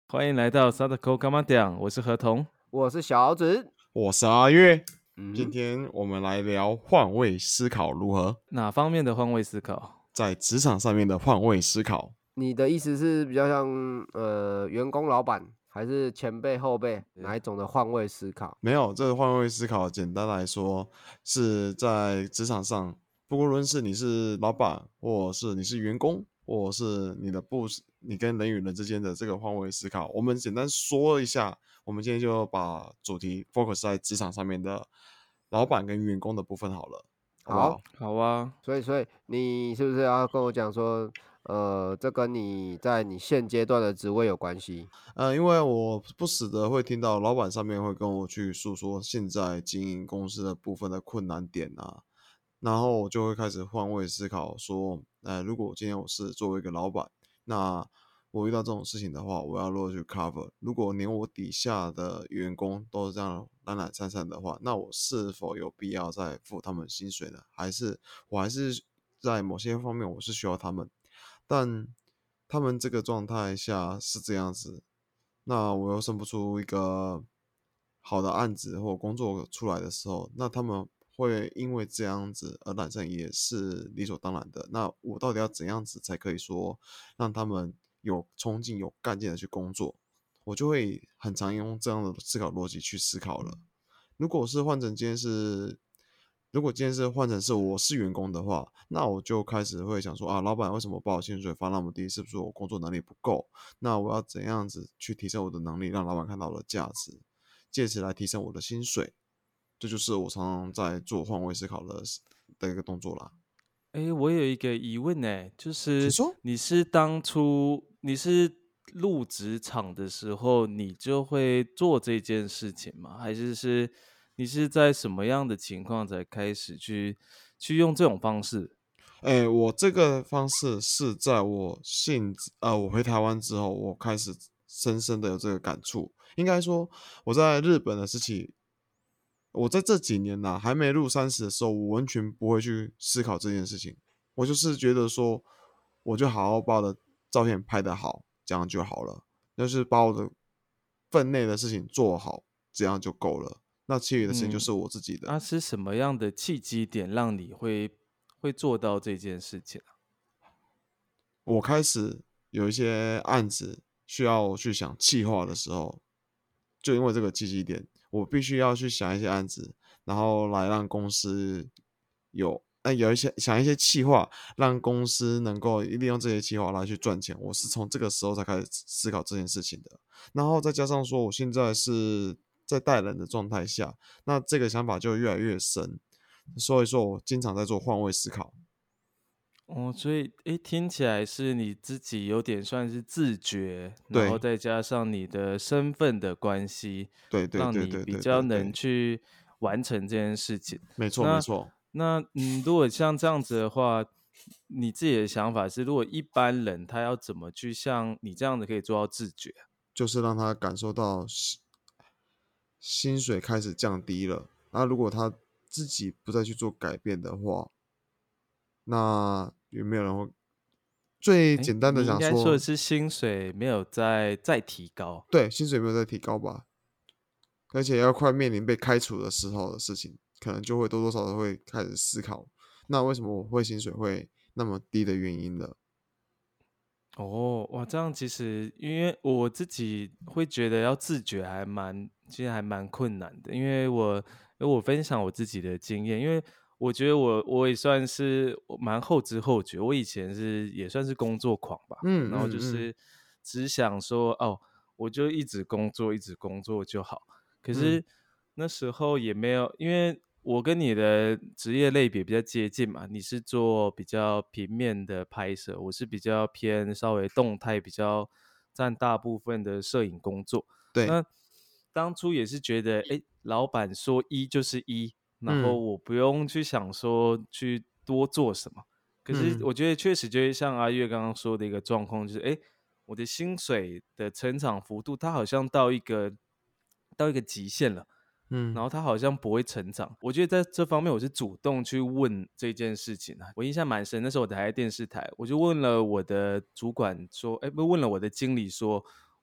欢迎来到 Sadako Kamadan，我是何童， 我是小子。 我是阿月。今天我们来聊换位思考如何？ 哪方面的换位思考？ 在职场上面的换位思考。 你的意思是比较像员工、老板，还是前辈、后辈哪一种的换位思考？ 没有，这个换位思考简单来说是在职场上，不论是你是老板，或是你是员工，或是你的 boss，你跟人与人之间的这个换位思考，我们简单说一下。我们今天就把主题 focus 在职场上面的老板跟员工的部分好了，好不好？ 好啊。 所以你是不是要跟我讲说，这跟你在你现阶段的职位有关系？ 因为我不时的会听到老板上面会跟我去诉说现在经营公司的部分的困难点啊，然后我就会开始换位思考说，如果今天我是作为一个老板，那我遇到这种事情的话，我要如何去 cover？如果连我底下的员工都是这样懒懒散散的话，那我是否有必要再付他们薪水呢？我还是在某些方面我是需要他们，但他们这个状态下是这样子，那我又生不出一个好的案子或工作出来的时候，那他们会因为这样子而懒散也是理所当然的。那我到底要怎样子才可以说让他们有冲劲、有干劲的去工作？我就会很常用这样的思考逻辑去思考了。如果是换成今天是，如果今天是换成是我是员工的话，那我就开始会想说啊，老板为什么把我薪水发那么低？是不是我工作能力不够？那我要怎样子去提升我的能力，让老板看到我的价值，借此来提升我的薪水？这就是我常常在做换位思考的一个动作啦。 我有一个疑问呢，就是请说。 你是当初入职场的时候，你就会做这件事情吗？还是你是在什么样的情况才开始去用这种方式？ 我这个方式是在我回台湾之后，我开始深深的有这个感触。应该说，我在日本的时期，我在这几年还没入30的时候，我完全不会去思考这件事情。我就是觉得说，我就好好把我的照片拍得好，这样就好了。就是把我的分内的事情做好，这样就够了。那其余的事情就是我自己的。 那是什么样的契机点让你会做到这件事情啊？ 我开始有一些案子需要我去想企划的时候，就因为这个契机点，我必须要去想一些案子，然后来让公司有一些想一些企划，让公司能够利用这些企划来去赚钱。我是从这个时候才开始思考这件事情的。然后再加上说，我现在是在带人的状态下，那这个想法就越来越深。所以说我经常在做换位思考。 所以听起来是你自己有点算是自觉，然后对再加上你的身份的关系， 对对让对对对你比较对对， 能去完成这件事情。 没错没那错。 如果像这样子的话，你自己的想法是，如果一般人他要怎么去像你这样子可以做到自觉？ 就是让他感受到薪水开始降低了。那如果他自己不再去做改变的话，那有没有人会最简单的你应该说的讲说， 是薪水没有再提高。 对，薪水没有在提高吧？而且要快面临被开除的时候的事情，可能就会多多少少会开始思考，那为什么我会薪水会那么低的原因了。 哇，这样其实因为我自己会觉得要自觉其实还蛮困难的，因为我分享我自己的经验，因为我觉得我也算是蛮后知后觉，我以前也算是工作狂吧， 嗯然后嗯嗯就是只想说我就一直工作一直工作就好，可嗯是那时候也没有，因为我跟你的职业类别比较接近嘛，你是做比较平面的拍摄，我是比较偏稍微动态，比较占大部分的摄影工作。 对。 那当初也是觉得，老板说一就是一，然后嗯我不用去想说去多做什么。可是嗯我觉得确实就会像阿月刚刚说的一个状况，就是我的薪水的成长幅度，它好像到一个极限了。然嗯后他好像不会成长，我觉得在这方面我是主动去问这件事情啊。我印象蛮深，那时候我还在电视台，我就问了我的主管说，不问了我的经理说，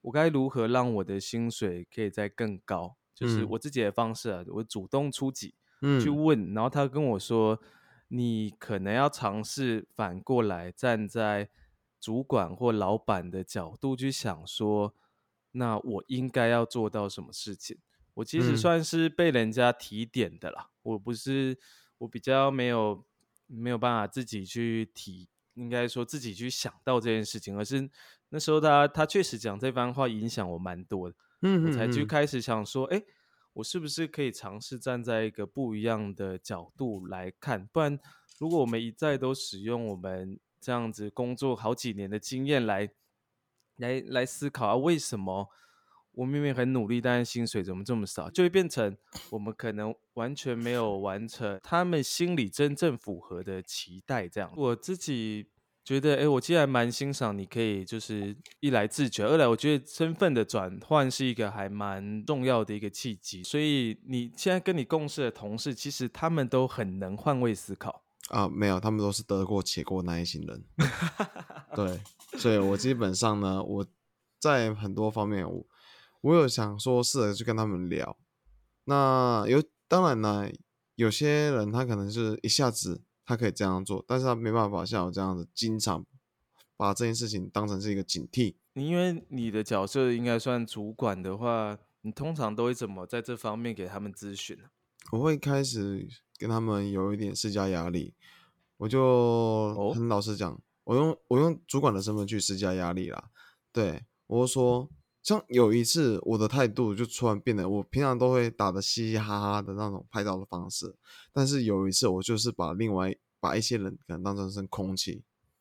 我该如何让我的薪水可以再更高？就是我自己的方式啊，我主动出击去问，然后他跟我说，你可能要尝试反过来站在主管或老板的角度去想说，那我应该要做到什么事情？我其实算是被人家提点的啦，我比较没有办法自己去应该说自己去想到这件事情，而是那时候他确实讲这番话影响我蛮多的，我才去开始想说，我是不是可以尝试站在一个不一样的角度来看？不然，如果我们一再都使用我们这样子工作好几年的经验来思考啊，为什么我明明很努力，但是薪水怎么这么少？就会变成我们可能完全没有完成他们心里真正符合的期待。这样，我自己觉得，我既然蛮欣赏你可以就是一来自觉，二来我觉得身份的转换是一个还蛮重要的一个契机。所以你现在跟你共事的同事，其实他们都很能换位思考啊，没有，他们都是得过且过那一型人。对，所以我基本上呢，我在很多方面我有想说试着去跟他们聊。那当然呢，有些人他可能是一下子他可以这样做，但是他没办法像我这样子经常把这件事情当成是一个警惕。 因为你的角色应该算主管的话，你通常都会怎么在这方面给他们咨询呢？ 我会开始跟他们有一点施加压力，我就很老实讲，我用主管的身份去施加压力啦。对，我就说，像有一次我的态度就突然变得，我平常都会打得嘻嘻哈哈的那种拍照的方式，但是有一次我就是把一些人可能当成是空气。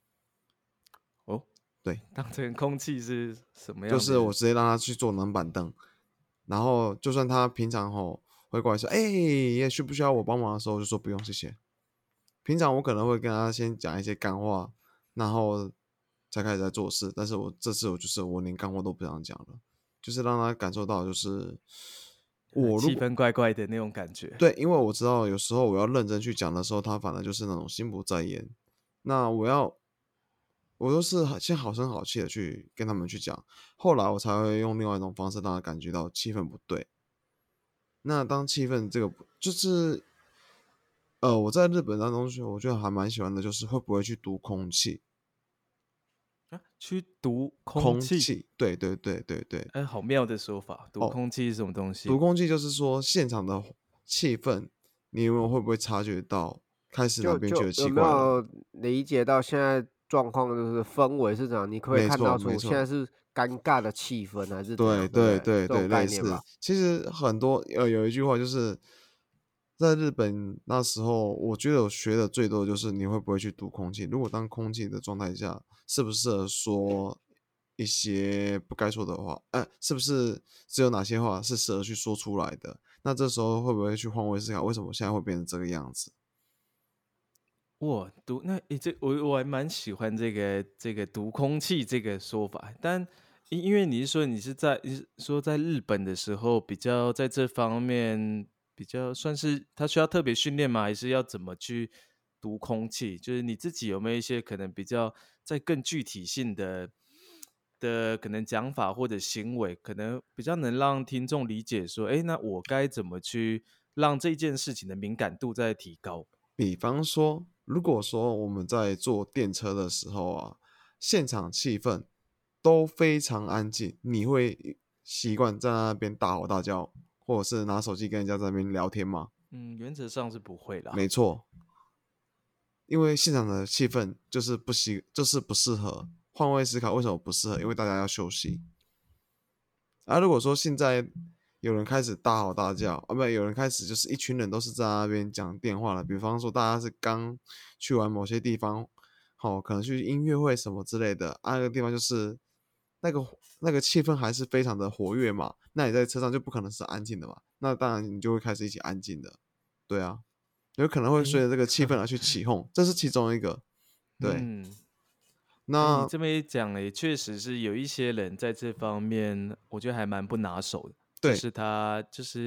对， 当成空气是什么样的？ 就是我直接让他去坐冷板凳，然后就算他平常会过来说，也需不需要我帮忙的时候，我就说不用谢谢。平常我可能会跟他先讲一些干话，然后才开始在做事，但是这次我连干话都不想讲了，就是让他感受到就是气氛怪怪的那种感觉。 对，因为我知道有时候我要认真去讲的时候，他反而就是那种心不在焉。那我都是先好声好气的去跟他们去讲，后来我才会用另外一种方式让他感觉到气氛不对。那当气氛这个就是我在日本当中我觉得还蛮喜欢的，就是会不会去读空气去读空气？ 对对对对对。 好妙的说法，读空气是什么东西？ 读空气就是说现场的气氛，你会不会察觉到开始哪边觉得奇怪了？ 有没有理解到现在状况就是氛围是怎样？你可以看到出现在是尴尬的气氛还是怎样？ 对， 这种概念吧。 其实很多有一句话就是在日本那时候，我觉得我学的最多的就是你会不会去读空气。如果当空气的状态下，适不适合说一些不该说的话？是不是只有哪些话是适合去说出来的？那这时候会不会去换位思考？为什么现在会变成这个样子？ 我我还蛮喜欢这个读空气这个说法，但因为你是说在日本的时候比较在这方面比较算是他需要特别训练吗？还是要怎么去读空气？就是你自己有没有一些可能比较在更具体性的可能讲法或者行为，可能比较能让听众理解说，那我该怎么去让这件事情的敏感度再提高？ 比方说，如果说我们在坐电车的时候啊，现场气氛都非常安静，你会习惯在那边大吼大叫，或者是拿手机跟人家在那边聊天吗？ 原则上是不会啦。 没错，因为现场的气氛就是不适合。换位思考，为什么不适合？因为大家要休息。如果说现在有人开始大吼大叫，不，有人开始就是一群人都是在那边讲电话了。比方说，大家是刚去完某些地方，可能去音乐会什么之类的，那个地方就是那个气氛还是非常的活跃嘛。那你在车上就不可能是安静的嘛，那当然你就会开始一起安静的，对啊，有可能会随着这个气氛而去起哄，这是其中一个，对。那你这么一讲，也确实是有一些人在这方面，我觉得还蛮不拿手的。 对， 就是他就是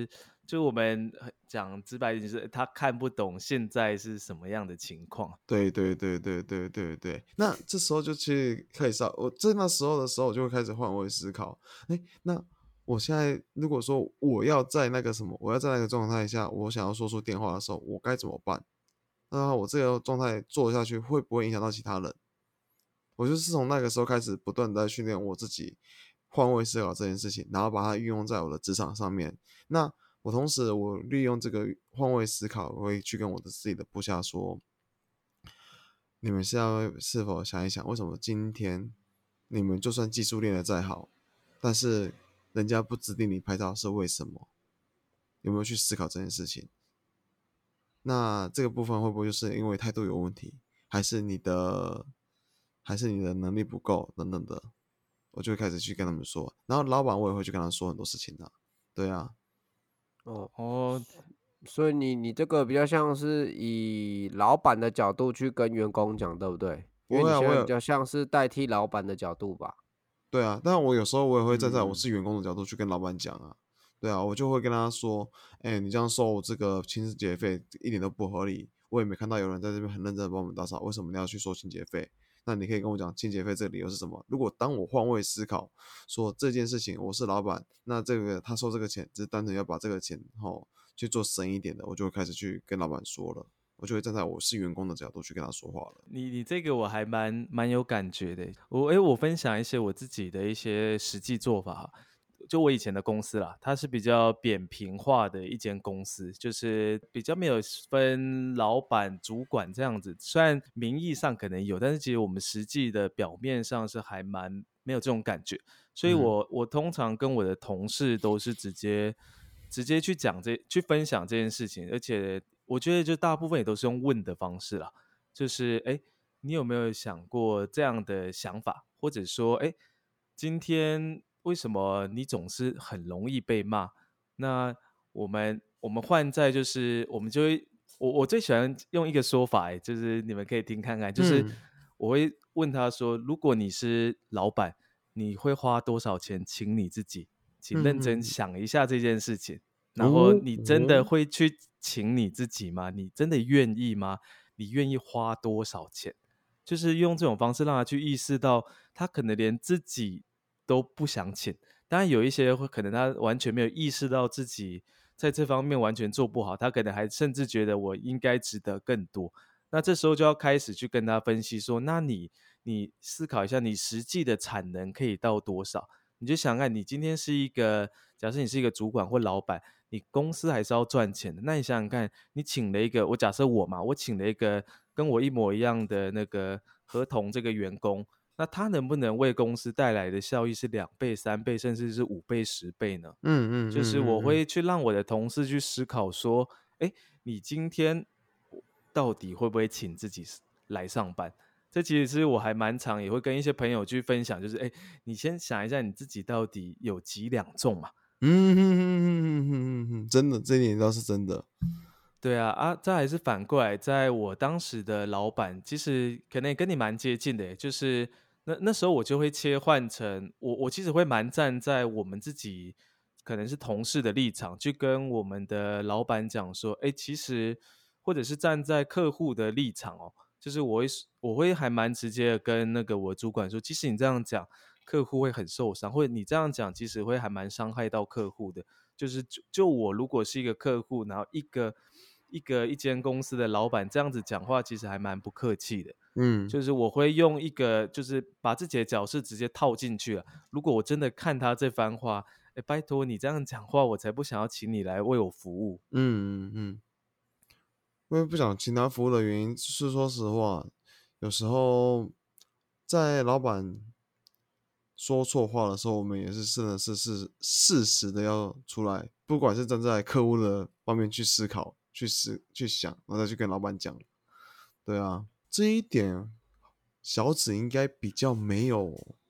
就我们讲直白一点，就是他看不懂现在是什么样的情况。 对对对对对对对，那这时候就去可以我在那时候我就会开始换位思考，那我现在如果说我要在那个状态下，我想要说出电话的时候，我该怎么办？那我这个状态做下去会不会影响到其他人？我就是从那个时候开始不断的在训练我自己换位思考这件事情，然后把它运用在我的职场上面。那我同时我利用这个换位思考，我会去跟我的自己的部下说，你们是否想一想，为什么今天你们就算技术练得再好，但是人家不指定你拍照是为什么？有没有去思考这件事情？那这个部分会不会就是因为态度有问题，还是你的能力不够等等的？我就会开始去跟他们说，然后老板我也会去跟他说很多事情的，对啊。 哦，所以你这个比较像是以老板的角度去跟员工讲，对不对？因为你现在比较像是代替老板的角度吧？ 对啊，但我有时候我也会站在我是员工的角度去跟老板讲啊。对啊，我就会跟他说，你这样收我这个清洁费一点都不合理，我也没看到有人在这边很认真的帮我们打扫，为什么你要去收清洁费？那你可以跟我讲清洁费这个理由是什么？如果当我换位思考，说这件事情我是老板，那这个他收这个钱只是单纯要把这个钱去做省一点的，我就会开始去跟老板说了，我就会站在我是员工的角度去跟他说话了。 你这个我还蛮有感觉的。我分享一些我自己的一些实际做法。就我以前的公司啦，它是比较扁平化的一间公司，就是比较没有分老板、主管这样子。虽然名义上可能有，但是其实我们实际的表面上是还蛮没有这种感觉。所以我通常跟我的同事都是直接去分享这件事情，而且我觉得就大部分也都是用问的方式啦。就是你有没有想过这样的想法，或者说今天为什么你总是很容易被骂？那我们换在就是我们就会我最喜欢用一个说法，就是你们可以听看看，就是我会问他说，如果你是老板，你会花多少钱请你自己？请认真想一下这件事情。然后你真的会去请你自己吗？你真的愿意吗？你愿意花多少钱？就是用这种方式让他去意识到，他可能连自己都不想请。当然有一些可能他完全没有意识到自己在这方面完全做不好，他可能还甚至觉得我应该值得更多。那这时候就要开始去跟他分析说，那你思考一下，你实际的产能可以到多少？你就想看，你今天是一个，假设你是一个主管或老板，你公司还是要赚钱的。那你想想看，你请了一个，我假设我请了一个跟我一模一样的那个合同这个员工，那他能不能为公司带来的效益是2倍、3倍，甚至是5倍、10倍呢？就是我会去让我的同事去思考说，你今天到底会不会请自己来上班？这其实是我还蛮常也会跟一些朋友去分享，就是你先想一下你自己到底有几两重嘛。 真的，这一点倒是真的。 对啊，再来是反过来，在我当时的老板，其实可能也跟你蛮接近的，就是那时候我就会切换成我其实会蛮站在我们自己可能是同事的立场，去跟我们的老板讲说，其实或者是站在客户的立场哦，就是我会还蛮直接的跟那个我主管说，其实你这样讲，客户会很受伤，或者你这样讲，其实会还蛮伤害到客户的。就是就我如果是一个客户，然后一间公司的老板这样子讲话，其实还蛮不客气的。就是我会用一个，就是把自己的角色直接套进去了。如果我真的看他这番话，拜托你这样讲话，我才不想要请你来为我服务。 因为不想请他服务的原因是，说实话，有时候在老板说错话的时候，我们也是真的是适时的要出来，不管是站在客户的方面去思考、去想，然后再去跟老板讲。对啊，这一点小紫应该比较没有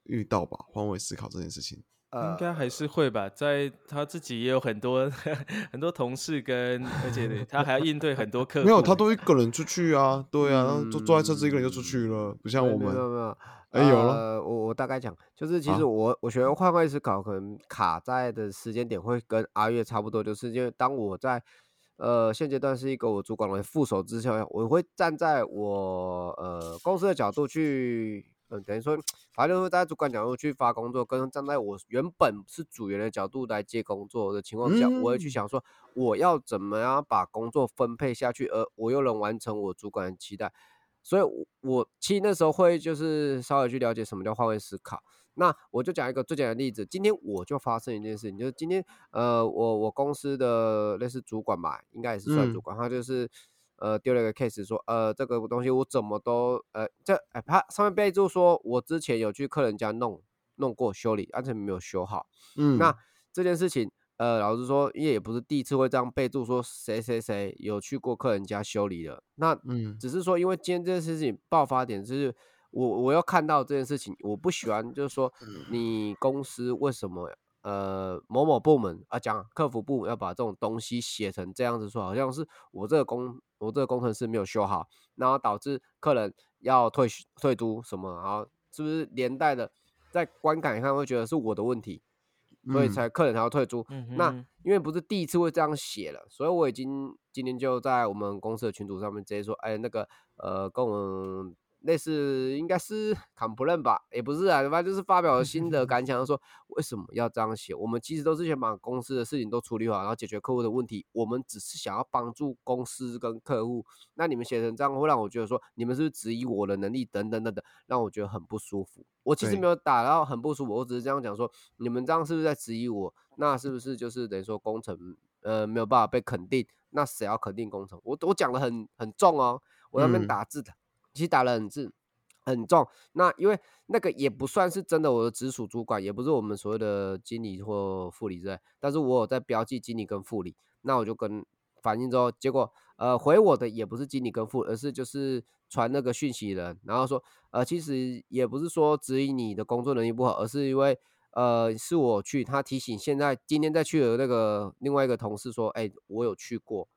遇到吧？换位思考这件事情， 应该还是会吧，在他自己也有很多很多同事而且他还要应对很多客户。 没有，他都一个人出去啊，对啊，坐在车子一个人就出去了，不像我们。 没有了。 我大概讲，就是其实我学会换位思考，可能卡在的时间点会跟阿月差不多，就是因为当我在现阶段是一个我主管的副手之下，我会站在我公司的角度去，等于说，反正就是在主管角度去发工作，跟站在我原本是组员的角度来接工作的情况下，我会去想说，我要怎么样把工作分配下去，而我又能完成我主管的期待。所以我其实那时候会就是稍微去了解什么叫换位思考。那我就讲一个最简单的例子，今天我就发生一件事情，就是今天我公司的类似主管吧，应该也是算主管，他就是丢了一个 case 说这个东西我怎么都他上面备注说我之前有去客人家弄过修理，而且没有修好。那这件事情老实说，因为也不是第一次会这样备注说谁谁谁有去过客人家修理了。那只是说，因为今天这件事情爆发点就是我要看到这件事情，我不喜欢就是说你公司为什么某某部门讲客服部门要把这种东西写成这样子，说好像是我这个工程师没有修好，然后导致客人要退租什么，然后是不是连带的在观感上会觉得是我的问题？所以客人才要退租。那因为不是第一次会这样写了，所以我已经今天就在我们公司的群组上面直接说，那个跟我们类似应该是 complain 吧，也不是啊，反正就是发表新的感想，说为什么要这样写？我们其实都是想把公司的事情都处理好，然后解决客户的问题，我们只是想要帮助公司跟客户。那你们写成这样会让我觉得说，你们是不是质疑我的能力等等等等，让我觉得很不舒服。我其实没有打到很不舒服，我只是这样讲说，你们这样是不是在质疑我？那是不是就是等于说工程没有办法被肯定？那谁要肯定工程？我讲的很重哦，我那边打字的，其实打了很重。那因为那个也不算是真的我的直属主管，也不是我们所谓的经理或副理之类，但是我有在标记经理跟副理，那我就跟反映之后，结果回我的也不是经理跟副理，而是就是传那个讯息人，然后说其实也不是说质疑你的工作能力不好，而是因为是我去，他提醒今天再去的那个另外一个同事说，我有去过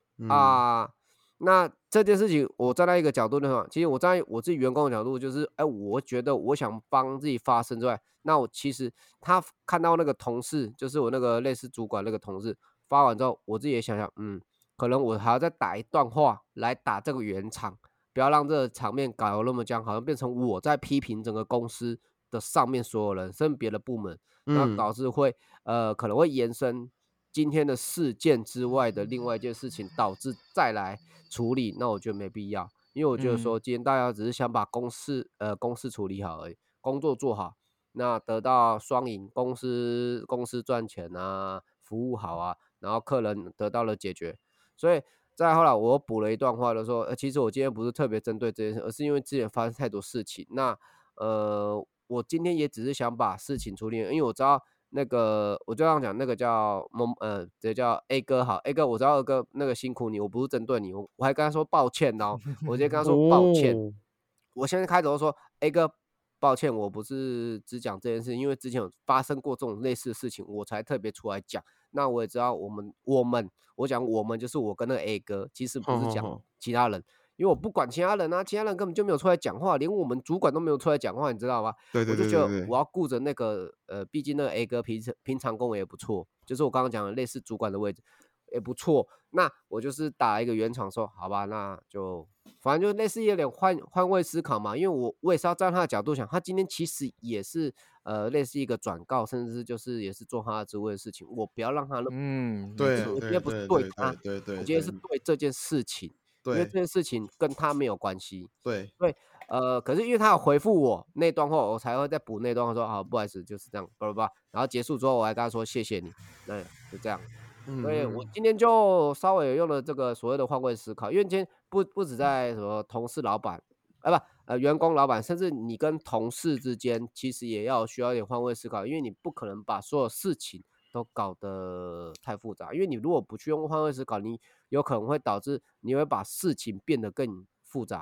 那这件事情我站在一个角度的话，其实我站在我自己员工的角度，就是我觉得我想帮自己发声之外，那我其实他看到那个同事，就是我那个类似主管那个同事发完之后，我自己也想想，可能我还要再打一段话来打这个圆场，不要让这个场面搞得那么僵，好像变成我在批评整个公司的上面所有人，甚至别的部门，那导致会可能会延伸今天的事件之外的另外一件事情，导致再来处理，那我觉得没必要，因为我觉得说今天大家只是想把公事处理好而已，工作做好，那得到双赢，公司赚钱啊，服务好啊，然后客人得到了解决，所以再后来我补了一段话的说，其实我今天不是特别针对这件事，而是因为之前发生太多事情，那我今天也只是想把事情处理，因为我知道那个我就这样讲，那个叫这叫 A 哥好 ，A 哥我知道二哥那个辛苦你，我不是针对你，我还跟他说抱歉哦，我直接跟他说抱歉，我现在开头说 A 哥抱歉，我不是只讲这件事，因为之前有发生过这种类似的事情，我才特别出来讲。那我也知道我讲我们就是我跟那个 A 哥，其实不是讲其他人。因为我不管其他人啊，其他人根本就没有出来讲话，连我们主管都没有出来讲话，你知道吗？ 对， 我就觉得我要顾着那个毕竟那个 A 哥平常跟我也不错，就是我刚刚讲的类似主管的位置也不错。那我就是打一个圆场说，好吧，那就反正就类似有点换位思考嘛，因为我也是要站他的角度想，他今天其实也是类似一个转告，甚至是就是也是做他的职位的事情，我不要让他对， 我今天不是对他，我今天是对这件事情。因为这件事情跟他没有关系， 对， 可是因为他有回复我那段话，我才会再补那段话说好，不好意思，就是这样，然后结束之后我还跟他说谢谢你，就这样。所以我今天就稍微用了这个所谓的换位思考，因为今天不止在什么同事、老板，员工、老板，甚至你跟同事之间，其实也需要一点换位思考，因为你不可能把所有事情都搞得太复杂，因为你如果不去用换位思考，你有可能会导致你会把事情变得更复杂。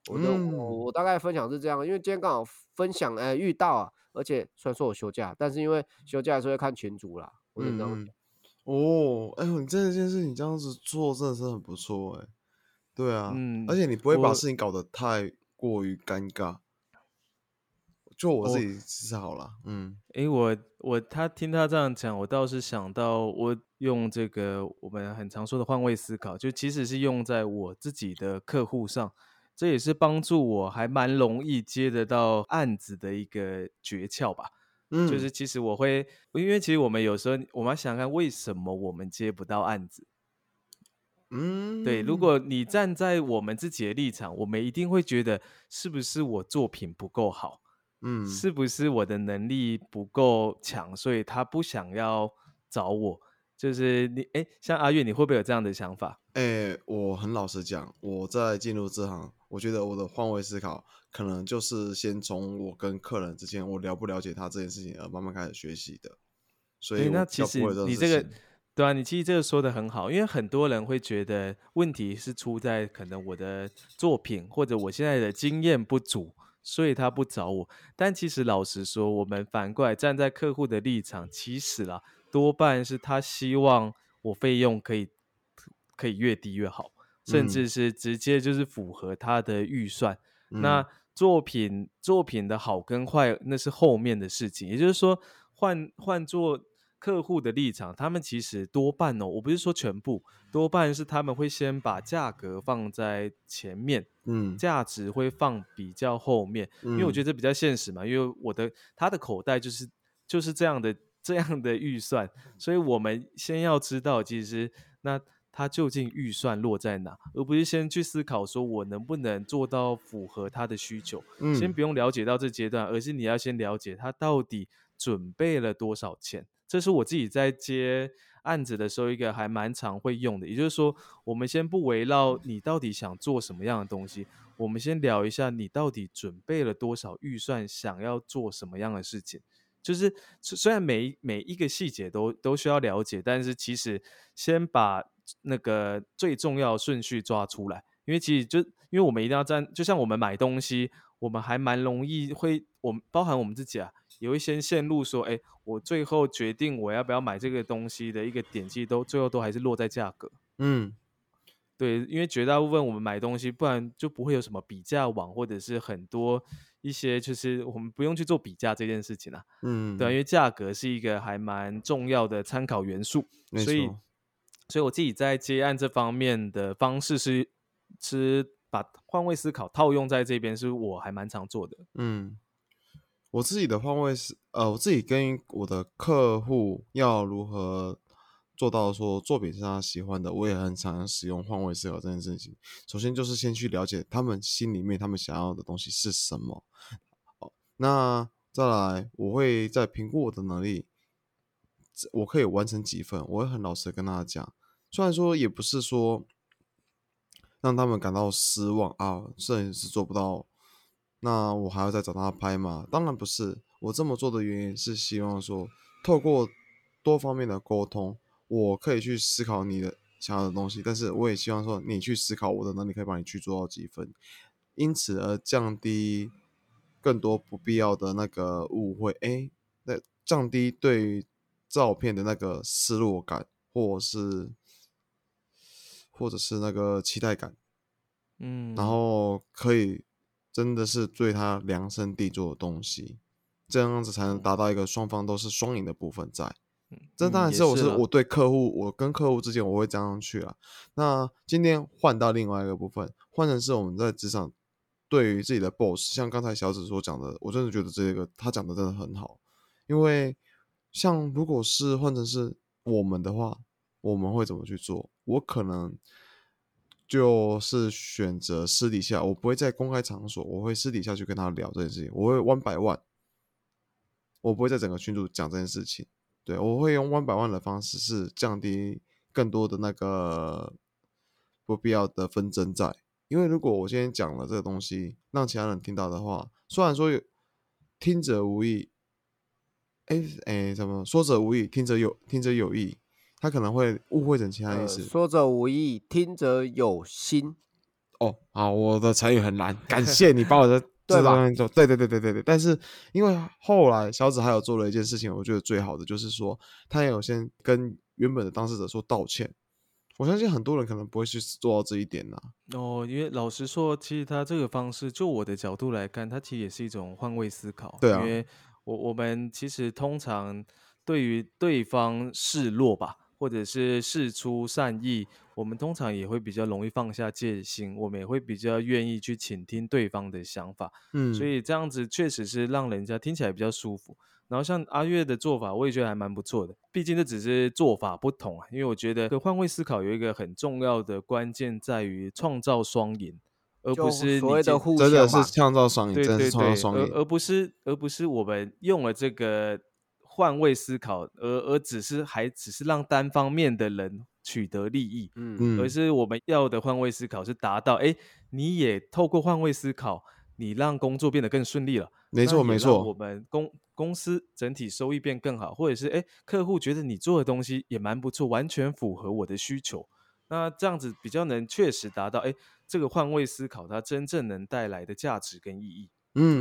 我大概分享是这样，因为今天刚好分享遇到啊，而且虽然说我休假，但是因为休假还是会看群组啦，我只能这样讲。 你这件事情这样子做真的是很不错对啊，而嗯， 且你不会把事情搞得太过于尴尬。就我自哦， 己是好啦， 他听他这样讲，我倒是想到，我用这个我们很常说的换位思考，就其实是用在我自己的客户上，这也是帮助我还蛮容易接得到案子的一个诀窍吧。就是其实因为其实我们有时候我们要想看为什么我们接不到案子。对，如果你站在我们自己的立场，我们一定会觉得是不是我作品不够好，是不是我的能力不够强，所以他不想要找我。就是像阿月，你会不会有这样的想法？ 我很老实讲，我在进入这行，我觉得我的换位思考可能就是先从我跟客人之间，我了不了解他这件事情而慢慢开始学习的，所以我那比较不会有其实这种事你这个， 情。 对啊，你其实这个说的很好，因为很多人会觉得问题是出在可能我的作品或者我现在的经验不足，所以他不找我。但其实老实说，我们反过来站在客户的立场，其实啦，多半是他希望我费用可以越低越好，甚至是直接就是符合他的预算。那作品的好跟坏，那是后面的事情。也就是说，换做客户的立场，他们其实多半我不是说全部，多半是他们会先把价格放在前面，价值会放比较后面，因为我觉得这比较现实嘛。因为他的口袋就是这样的预算，所以我们先要知道，其实那他究竟预算落在哪，而不是先去思考说我能不能做到符合他的需求。先不用了解到这阶段，而是你要先了解他到底准备了多少钱。这是我自己在接案子的时候一个还蛮常会用的。也就是说，我们先不围绕你到底想做什么样的东西，我们先聊一下你到底准备了多少预算，想要做什么样的事情。就是虽然每一个细节都需要了解，但是其实先把那个最重要的顺序抓出来。因为其实因为我们一定要就像我们买东西，我们还蛮容易包含我们自己啊，也会先陷入说，我最后决定我要不要买这个东西的一个点，其实最后都还是落在价格。对，因为绝大部分我们买东西，不然就不会有什么比价网，或者是很多一些就是我们不用去做比价这件事情啊。对啊，因为价格是一个还蛮重要的参考元素，所以我自己在接案这方面的方式是把换位思考套用在这边，是我还蛮常做的。 我自己的换位是，我自己跟我的客户要如何做到说作品是他喜欢的，我也很常使用换位思考这件事情。首先就是先去了解他们心里面他们想要的东西是什么，那再来我会再评估我的能力，我可以完成几份，我会很老实的跟他讲，虽然说也不是说让他们感到失望啊，摄影师做不到，那我还要再找他拍吗？当然不是，我这么做的原因是希望说，透过多方面的沟通，我可以去思考你的想要的东西，但是我也希望说你去思考我的能力可以帮你去做到几分，因此而降低更多不必要的那个误会，那降低对于照片的那个失落感，或者是那个期待感。然后可以真的是对他量身定做的东西，这样子才能达到一个双方都是双赢的部分在。这当然是我对客户，我跟客户之间我会这样去啊。那今天换到另外一个部分，换成是我们在职场对于自己的 boss， 像刚才小紫所讲的，我真的觉得这个他讲的真的很好。因为像如果是换成是我们的话，我们会怎么去做？我可能就是选择私底下，我不会在公开场所，我会私底下去跟他聊这件事情，我会one by one，我不会在整个群组讲这件事情。对，我会用one by one的方式，是降低更多的那个不必要的纷争在。因为如果我今天讲了这个东西，让其他人听到的话，虽然说听者无意，怎么说者无意，听者有意，他可能会误会成其他意思。 说者无意，听者有心。 哦，好，我的成语很难，感谢你帮我的对吧？ 对。但是因为后来小紫还有做了一件事情，我觉得最好的就是说，他也有先跟原本的当事者说道歉。我相信很多人可能不会去做到这一点哦，因为老实说，其实他这个方式，就我的角度来看，它其实也是一种换位思考。 对啊， 因为我们其实通常对于对方示弱吧，或者是示出善意，我们通常也会比较容易放下戒心，我们也会比较愿意去倾听对方的想法。所以这样子确实是让人家听起来比较舒服。然后像阿月的做法，我也觉得还蛮不错的。毕竟这只是做法不同啊，因为我觉得换位思考有一个很重要的关键在于创造双赢，而不就是所你谓的互真的是相吧。 创造双赢， 对真的是创造对对， 双赢。 而不是我们用了这个换位思考，而只是让单方面的人取得利益，而是我们要的换位思考是达到，你也透过换位思考，你让工作变得更顺利了。 没错没错， 让我们公司整体收益变更好，或者是客户觉得你做的东西也蛮不错，完全符合我的需求。那这样子比较能确实达到这个换位思考它真正能带来的价值跟意义。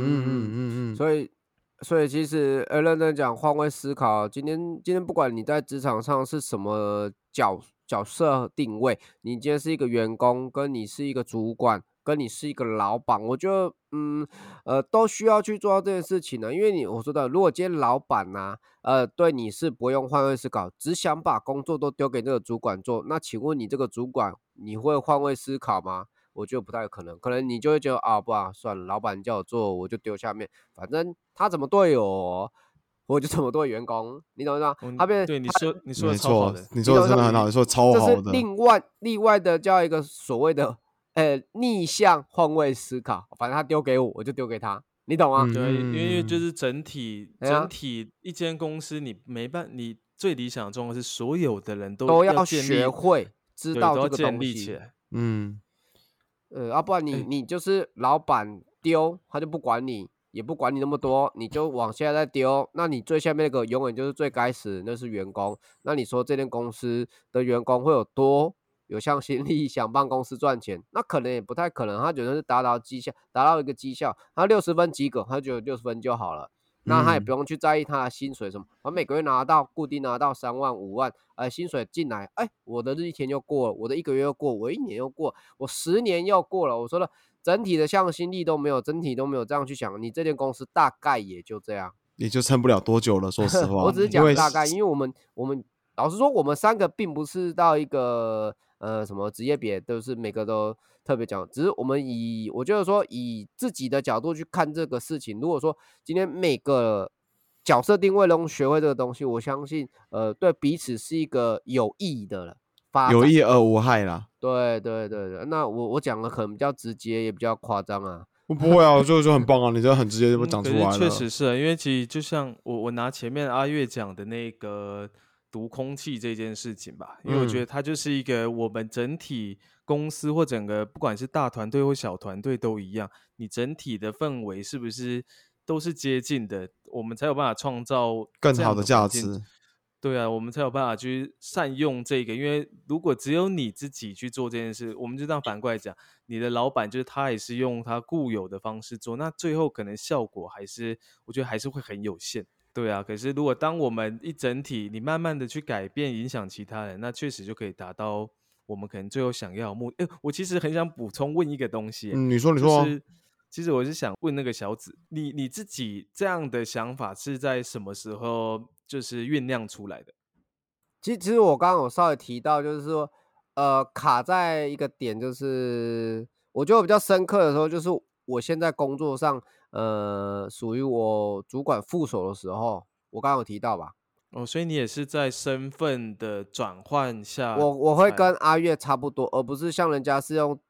所以其实认真讲换位思考，今天不管你在职场上是什么角色定位，你今天是一个员工，跟你是一个主管，跟你是一个老板，我觉得都需要去做到这件事情呢。因为我说的，如果今天老板对你是不用换位思考，只想把工作都丢给这个主管做，那请问你这个主管你会换位思考吗？我觉得不太可能，可能你就会觉得不算了，老板叫我做我就丢下面，反正他怎么对我就怎么对员工，你懂吗？ 对你说的超好的， 你说的真的很好，你说的超好的， 这是另外的叫一个所谓的逆向换位思考，反正他丢给我，我就丢给他，你懂吗？ 对，因为就是整体一间公司，你最理想中的是所有的人都要学会知道这个东西起来。 不然你就是老板丢，他就不管你，也不管你那么多，你就往下再丢，那你最下面那个永远就是最该死，那是员工。那你说这间公司的员工会有多有向心力想帮公司赚钱？那可能也不太可能，他觉得是达到一个绩效，他60分及格，他觉得60分就好了。那他也不用去在意他的薪水什么，他每个月固定拿到3万5万，薪水进来，我的一天又过了，我的1个月又过，我1年又过，我10年又过了。我说了，整体的向心力都没有，整体都没有这样去想，你这间公司大概也就这样， 也就撑不了多久了。说实话， 我只是讲大概，因为我们老实说，我们3个并不是到一个什么职业别都是每个都特别讲，只是我们我觉得说以自己的角度去看这个事情。如果说今天每个角色定位都学会这个东西，我相信对彼此是一个有益的了， 有益而无害啦。 对，那我讲的可能比较直接，也比较夸张啊。 不会啊，就很棒啊！你这很直接就讲出来了。 确实是，因为其实就像我拿前面阿月讲的那个读空气这件事情吧，因为我觉得它就是一个我们整体公司或整个不管是大团队或小团队都一样，你整体的氛围是不是都是接近的，我们才有办法创造更好的价值。 对啊，我们才有办法去善用这个，因为如果只有你自己去做这件事，我们就这样反过来讲，你的老板就是他也是用他固有的方式做，那最后可能效果我觉得还是会很有限。对啊，可是如果当我们一整体你慢慢的去改变影响其他人，那确实就可以达到我们可能最后想要的目的。我其实很想补充问一个东西， 你说就是其实我是想问那个小紫，你自己这样的想法是在什么时候就是酝酿出来的？ 其实我刚刚有稍微提到，就是说卡在一个点，就是我觉得我比较深刻的时候，就是我现在工作上属于我主管副手的时候，我刚刚有提到吧。 所以你也是在身份的转换下， 我会跟阿月差不多，而不是像人家是用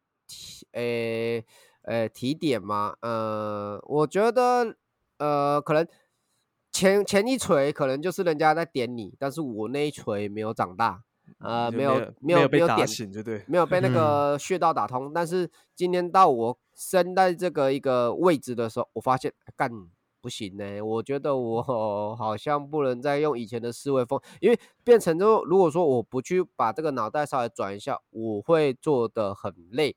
提点嘛。我觉得可能前一锤可能就是人家在点你，但是我那一锤没有长大，没有被打点醒，就对， 没有被那个穴道打通。但是今天到我身在这个一个位置的时候，我发现干不行呢，我觉得我好像不能再用以前的思维风，因为变成如果说我不去把这个脑袋稍微转一下，我会做得很累。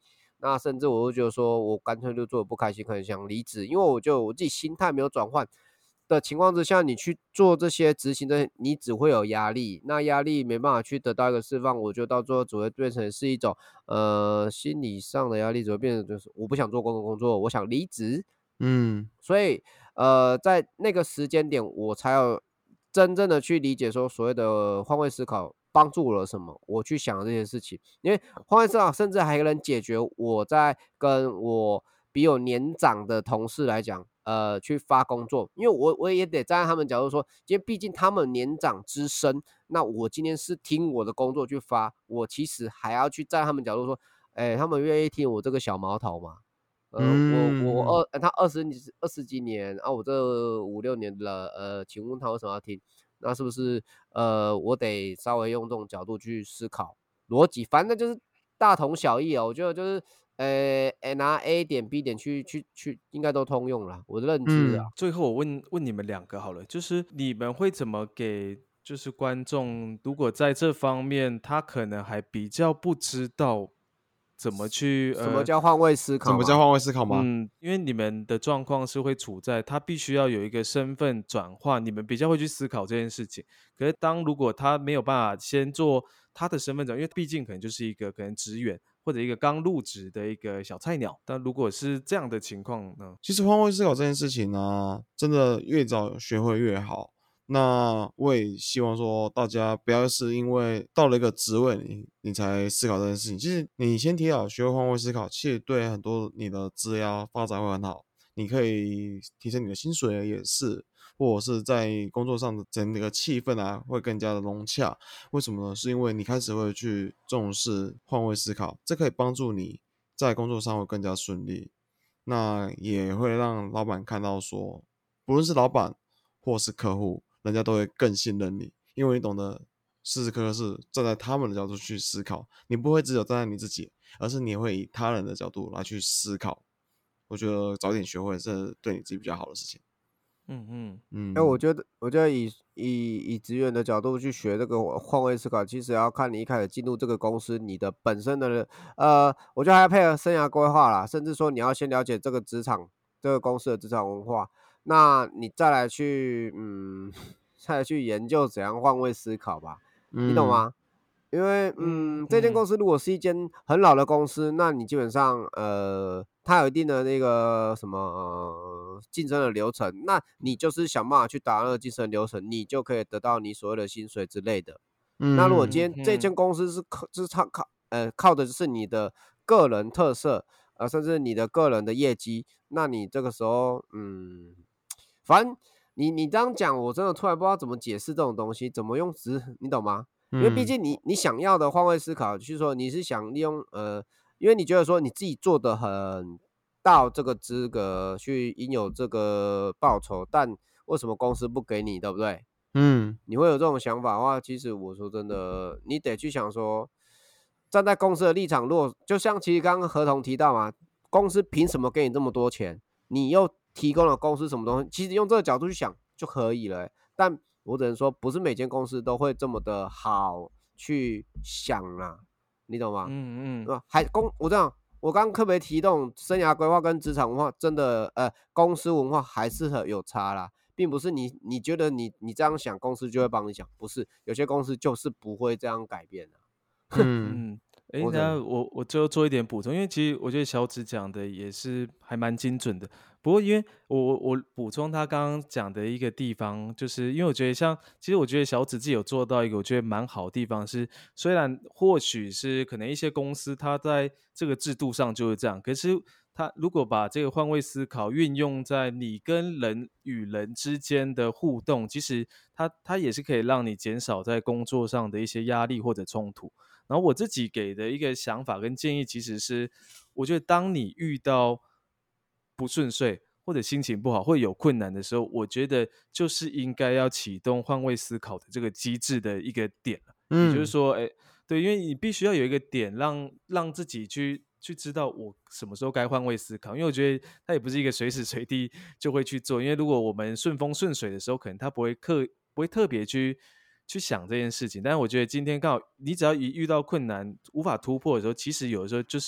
那甚至我会觉得说，我干脆就做的不开心，可能想离职，因为我觉得我自己心态没有转换的情况之下，你去做这些执行的，你只会有压力，那压力没办法去得到一个释放，我觉得到最后只会变成是一种心理上的压力，只会变成就是我不想做工作，我想离职。所以在那个时间点，我才有真正的去理解说所谓的换位思考帮助我了什么，我去想这些事情，因为换位思考甚至还能解决我在跟我比我年长的同事来讲，去发工作，因为我也得站在他们角度说，因为毕竟他们年长资深，那我今天是听我的工作去发，我其实还要去站他们角度说，他们愿意听我这个小毛头嘛？他二十几年啊，我这5、6年了，请问他为什么要听？那是不是我得稍微用这种角度去思考逻辑？反正就是大同小异哦。我觉得就是拿 A 点 B 点去应该都通用啦，我的认知啊。 最后我问你们2个好了，就是你们会怎么给就是观众，如果在这方面他可能还比较不知道怎么去什么叫换位思考嘛？ 因为你们的状况是会处在他必须要有一个身份转换，你们比较会去思考这件事情。可是如果他没有办法先做他的身份转换，因为毕竟可能就是一个可能职员或者一个刚入职的一个小菜鸟，但如果是这样的情况呢？ 其实换位思考这件事情呢，真的越早学会越好。那我也希望说，大家不要是因为到了一个职位你才思考这件事情。其实你先提早学会换位思考，其实对很多你的职业发展会很好。你可以提升你的薪水也是，或者是在工作上的整个气氛啊会更加的融洽。为什么呢？是因为你开始会去重视换位思考，这可以帮助你在工作上会更加顺利。那也会让老板看到说，不论是老板或是客户，人家都会更信任你，因为你懂得时时刻刻是站在他们的角度去思考，你不会只有站在你自己，而是你会以他人的角度来去思考。我觉得早点学会是对你自己比较好的事情。 我觉得以职员的角度去学这个换位思考，其实要看你一开始进入这个公司，你的本身的我觉得还要配合生涯规划啦，甚至说你要先了解这个职场这个公司的职场文化，那你再来去再来去研究怎样换位思考吧，你懂吗？因为这间公司如果是一间很老的公司，那你基本上它有一定的那个什么晋升的流程，那你就是想办法去达那个晋升流程，你就可以得到你所谓的薪水之类的。那如果今天这间公司是靠的是你的个人特色，甚至你的个人的业绩，那你这个时候反正你这样讲，我真的突然不知道怎么解释这种东西，怎么用你懂吗？因为毕竟你想要的换位思考，就是说你是想利用因为你觉得说你自己做的很到这个资格去应有这个报酬，但为什么公司不给你，对不对？你会有这种想法的话，其实我说真的，你得去想说，站在公司的立场，如果就像其实刚刚合同提到嘛，公司凭什么给你这么多钱？你又提供了公司什么东西？其实用这个角度去想就可以了但我只能说，不是每间公司都会这么的好去想啦，你懂吗？我刚刚特别提动生涯规划跟职场文化，真的公司文化还是很有差啦，并不是你觉得你这样想，公司就会帮你想，不是，有些公司就是不会这样改变的。 那我最后做一点补充，因为其实我觉得小紫讲的也是还蛮精准的。不过因为我补充他刚刚讲的一个地方，就是因为我觉得其实我觉得小紫自己有做到一个我觉得蛮好的地方是，虽然或许是可能一些公司它在这个制度上就是这样，可是他如果把这个换位思考运用在你跟人与人之间的互动，其实它也是可以让你减少在工作上的一些压力或者冲突。然后我自己给的一个想法跟建议，其实是我觉得当你遇到不顺遂或者心情不好会有困难的时候，我觉得就是应该要启动换位思考的这个机制的一个点了。也就是说，对，因为你必须要有一个点让自己去知道我什么时候该换位思考，因为我觉得它也不是一个随时随地就会去做，因为如果我们顺风顺水的时候，可能他不会特别去想这件事情。但是我觉得今天刚好你只要一遇到困难无法突破的时候，其实有的时候就是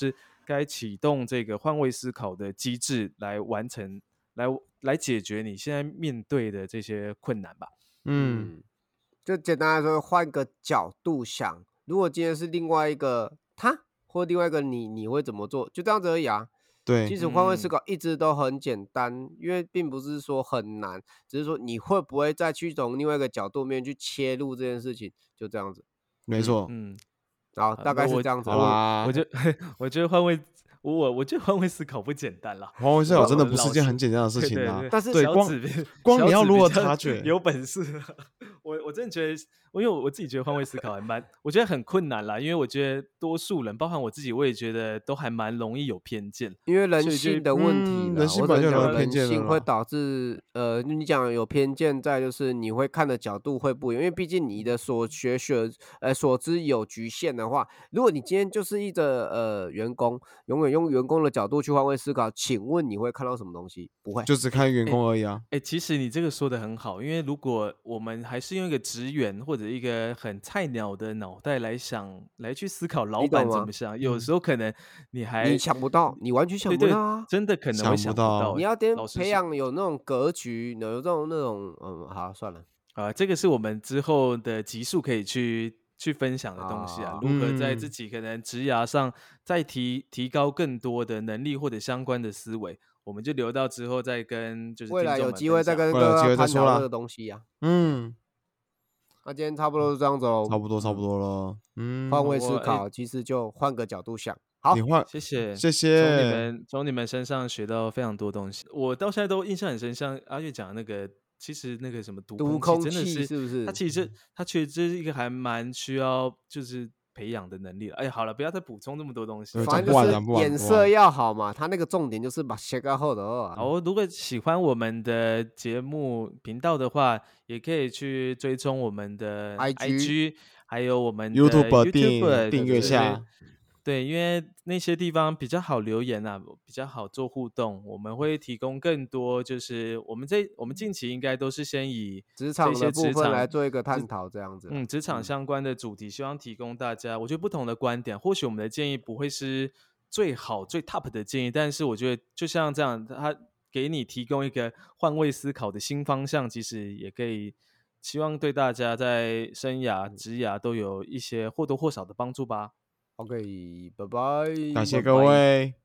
该启动这个换位思考的机制来完成，来解决你现在面对的这些困难吧。 就简单来说，换个角度想，如果今天是另外一个他或另外一个你会怎么做？就这样子而已啊。 对， 其实换位思考一直都很简单，因为并不是说很难，只是说你会不会再去从另外一个角度面去切入这件事情，就这样子。 没错。 好，大概是这样子。 我觉得换位。我觉得换位思考不简单啦， 换位思考真的不是件很简单的事情啊。 但是对，光你要如何察觉， 有本事。我真的觉得，因为我自己觉得换位思考我觉得很困难啦，因为我觉得多数人，包含我自己，我也觉得都还蛮容易有偏见， 因为人性的问题啦， 人性本来就有偏见了啦， 人性会导致你讲有偏见在，就是你会看的角度会不一样，因为毕竟你的所知有局限的话，如果你今天就是一个员工，永远用员工的角度去换位思考，请问你会看到什么东西？不会， 就只看员工而已啊。 其实你这个说的很好，因为如果我们还是用一个职员或者一个很菜鸟的脑袋来去思考老板怎么想，有时候可能你想不到，你完全想不到啊， 真的可能会想不到。 你要培养有那种格局，有那种好算了这个是我们之后的集数可以去分享的东西啊，如何在自己可能职涯上再提高更多的能力或者相关的思维，我们就留到之后再跟就是未来有机会再跟大家探讨这个东西啊。那今天差不多是这样子咯， 差不多了。 换位思考其实就换个角度想。好， 谢谢。从你们身上学到非常多东西，我到现在都印象很深。像阿月讲的那个，其实那个什么读空气真的是不是？ 它其实是一个还蛮需要就是培养的能力了。好了，不要再补充这么多东西。 反正就是眼色要好嘛，它那个重点就是把写个好的。 好，如果喜欢我们的节目频道的话，也可以去追踪我们的 IG 还有我们的 YouTube 订阅下。 对，因为那些地方比较好留言啊，比较好做互动，我们会提供更多，就是我们近期应该都是先以职场的部分来做一个探讨，这样子。 职场相关的主题，希望提供大家，我觉得不同的观点，或许我们的建议不会是最好最 top 的建议，但是我觉得就像这样，他给你提供一个换位思考的新方向，其实也可以希望对大家在生涯、职涯都有一些或多或少的帮助吧。 OK， 拜拜， 感谢各位。